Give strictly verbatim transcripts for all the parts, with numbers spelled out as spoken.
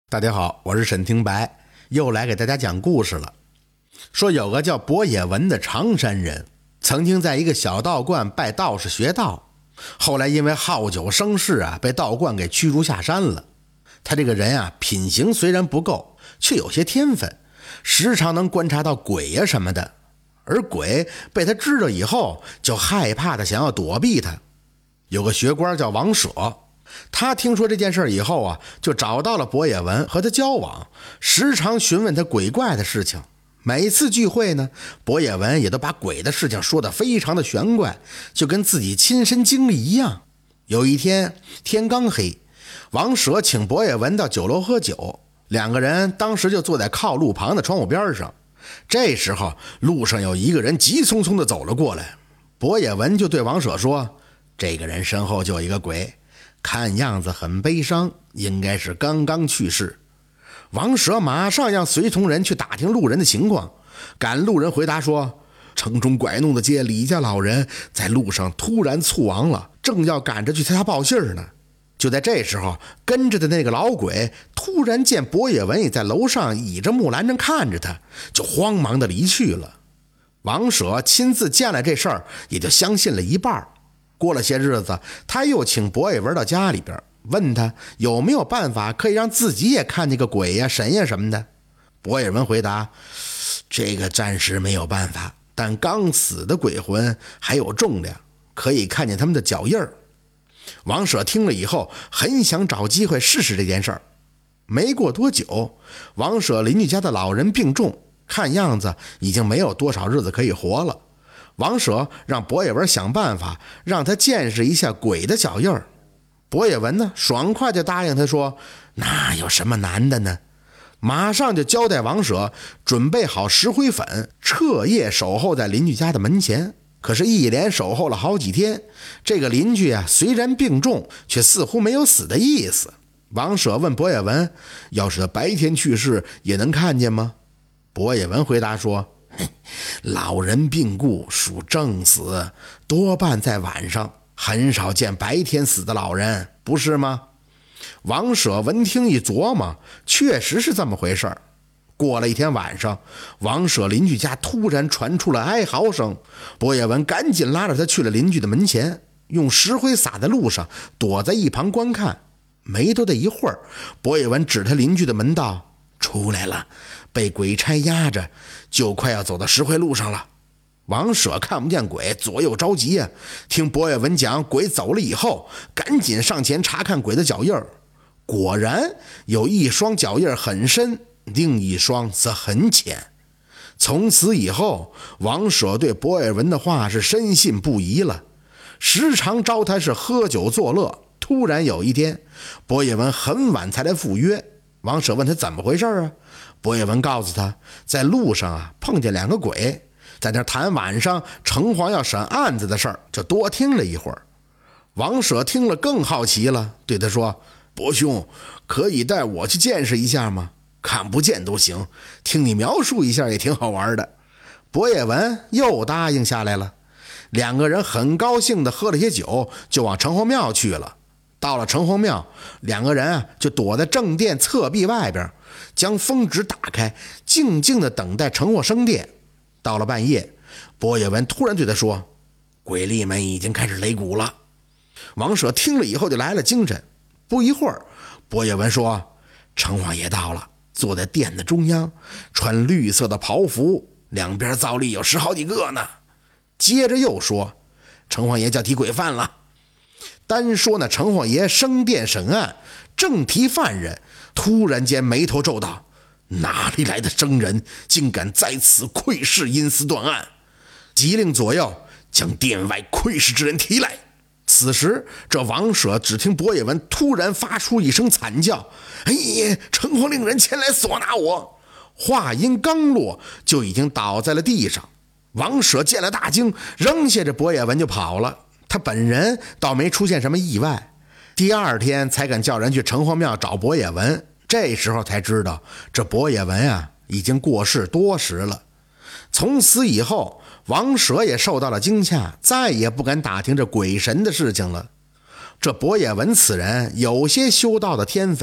大家好，我是沈听白，又来给大家讲故事了。说有个叫柏野文的常山人，曾经在一个小道观拜道士学道，后来因为好酒生事啊，被道观给驱逐下山了。他这个人啊，品行虽然不够，却有些天分，时常能观察到鬼呀、啊、什么的。而鬼被他知道以后，就害怕的想要躲避他。有个学官叫王舍，他听说这件事以后啊，就找到了柏野文和他交往，时常询问他鬼怪的事情。每次聚会呢，柏野文也都把鬼的事情说得非常的玄怪，就跟自己亲身经历一样。有一天天刚黑，王舍请柏野文到酒楼喝酒，两个人当时就坐在靠路旁的窗户边上。这时候路上有一个人急匆匆地走了过来，柏野文就对王舍说，这个人身后就有一个鬼，看样子很悲伤，应该是刚刚去世。王舍马上让随从人去打听路人的情况，赶路人回答说，城中拐弄的街李家老人在路上突然猝亡了，正要赶着去替他报信呢。就在这时候，跟着的那个老鬼突然见柏野文也在楼上倚着木栏正看着他，就慌忙的离去了。王舍亲自见了这事儿，也就相信了一半。过了些日子，他又请柏野文到家里边，问他有没有办法可以让自己也看见个鬼呀、神呀什么的。柏野文回答，这个暂时没有办法，但刚死的鬼魂还有重量，可以看见他们的脚印儿。王舍听了以后，很想找机会试试这件事儿。没过多久，王舍邻居家的老人病重，看样子已经没有多少日子可以活了。王舍让柏野文想办法让他见识一下鬼的脚印儿。柏野文呢，爽快就答应他说，那有什么难的呢？马上就交代王舍准备好石灰粉，彻夜守候在邻居家的门前。可是一连守候了好几天，这个邻居啊，虽然病重，却似乎没有死的意思。王舍问柏野文，要是他白天去世也能看见吗？柏野文回答说，老人病故属正死，多半在晚上，很少见白天死的老人，不是吗？王舍闻听一琢磨，确实是这么回事儿。过了一天晚上，王舍邻居家突然传出了哀嚎声，柏野文赶紧拉着他去了邻居的门前，用石灰撒在路上，躲在一旁观看。没多的一会儿，柏野文指他邻居的门道，出来了，被鬼差压着，就快要走到石灰路上了。王舍看不见鬼，左右着急啊，听柏野文讲鬼走了以后，赶紧上前查看鬼的脚印儿。果然有一双脚印很深，另一双则很浅。从此以后，王舍对柏野文的话是深信不疑了，时常招他是喝酒作乐。突然有一天，柏野文很晚才来赴约，王舍问他怎么回事啊？柏野文告诉他，在路上啊碰见两个鬼，在那谈晚上城隍要审案子的事儿，就多听了一会儿。王舍听了更好奇了，对他说，伯兄，可以带我去见识一下吗？看不见都行，听你描述一下也挺好玩的。柏野文又答应下来了。两个人很高兴地喝了些酒，就往城隍庙去了。到了城隍庙，两个人啊就躲在正殿侧壁外边，将封纸打开，静静地等待城隍升殿。到了半夜，柏野文突然对他说，鬼吏们已经开始擂鼓了。王舍听了以后就来了精神。不一会儿，柏野文说，城隍爷到了，坐在殿的中央，穿绿色的袍服，两边造立有十好几个呢。接着又说，城隍爷叫提鬼犯了。单说呢，城隍爷升殿审案，正提犯人，突然间眉头皱道，哪里来的生人，竟敢在此窥视阴司断案？急令左右将殿外窥视之人提来。此时这王舍只听柏野文突然发出一声惨叫，哎呀，城隍令人前来索拿我。话音刚落，就已经倒在了地上。王舍见了大惊，扔下这柏野文就跑了。他本人倒没出现什么意外，第二天才敢叫人去城隍庙找柏野文。这时候才知道，这柏野文啊已经过世多时了。从此以后，王舍也受到了惊吓，再也不敢打听这鬼神的事情了。这柏野文此人有些修道的天分，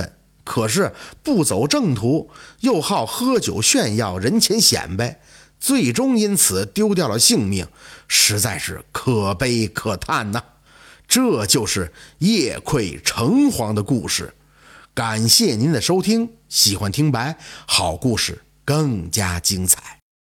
可是不走正途，又好喝酒炫耀，人前显摆，最终因此丢掉了性命，实在是可悲可叹呐、啊。这就是叶愧城隍的故事。感谢您的收听，喜欢听白，好故事更加精彩。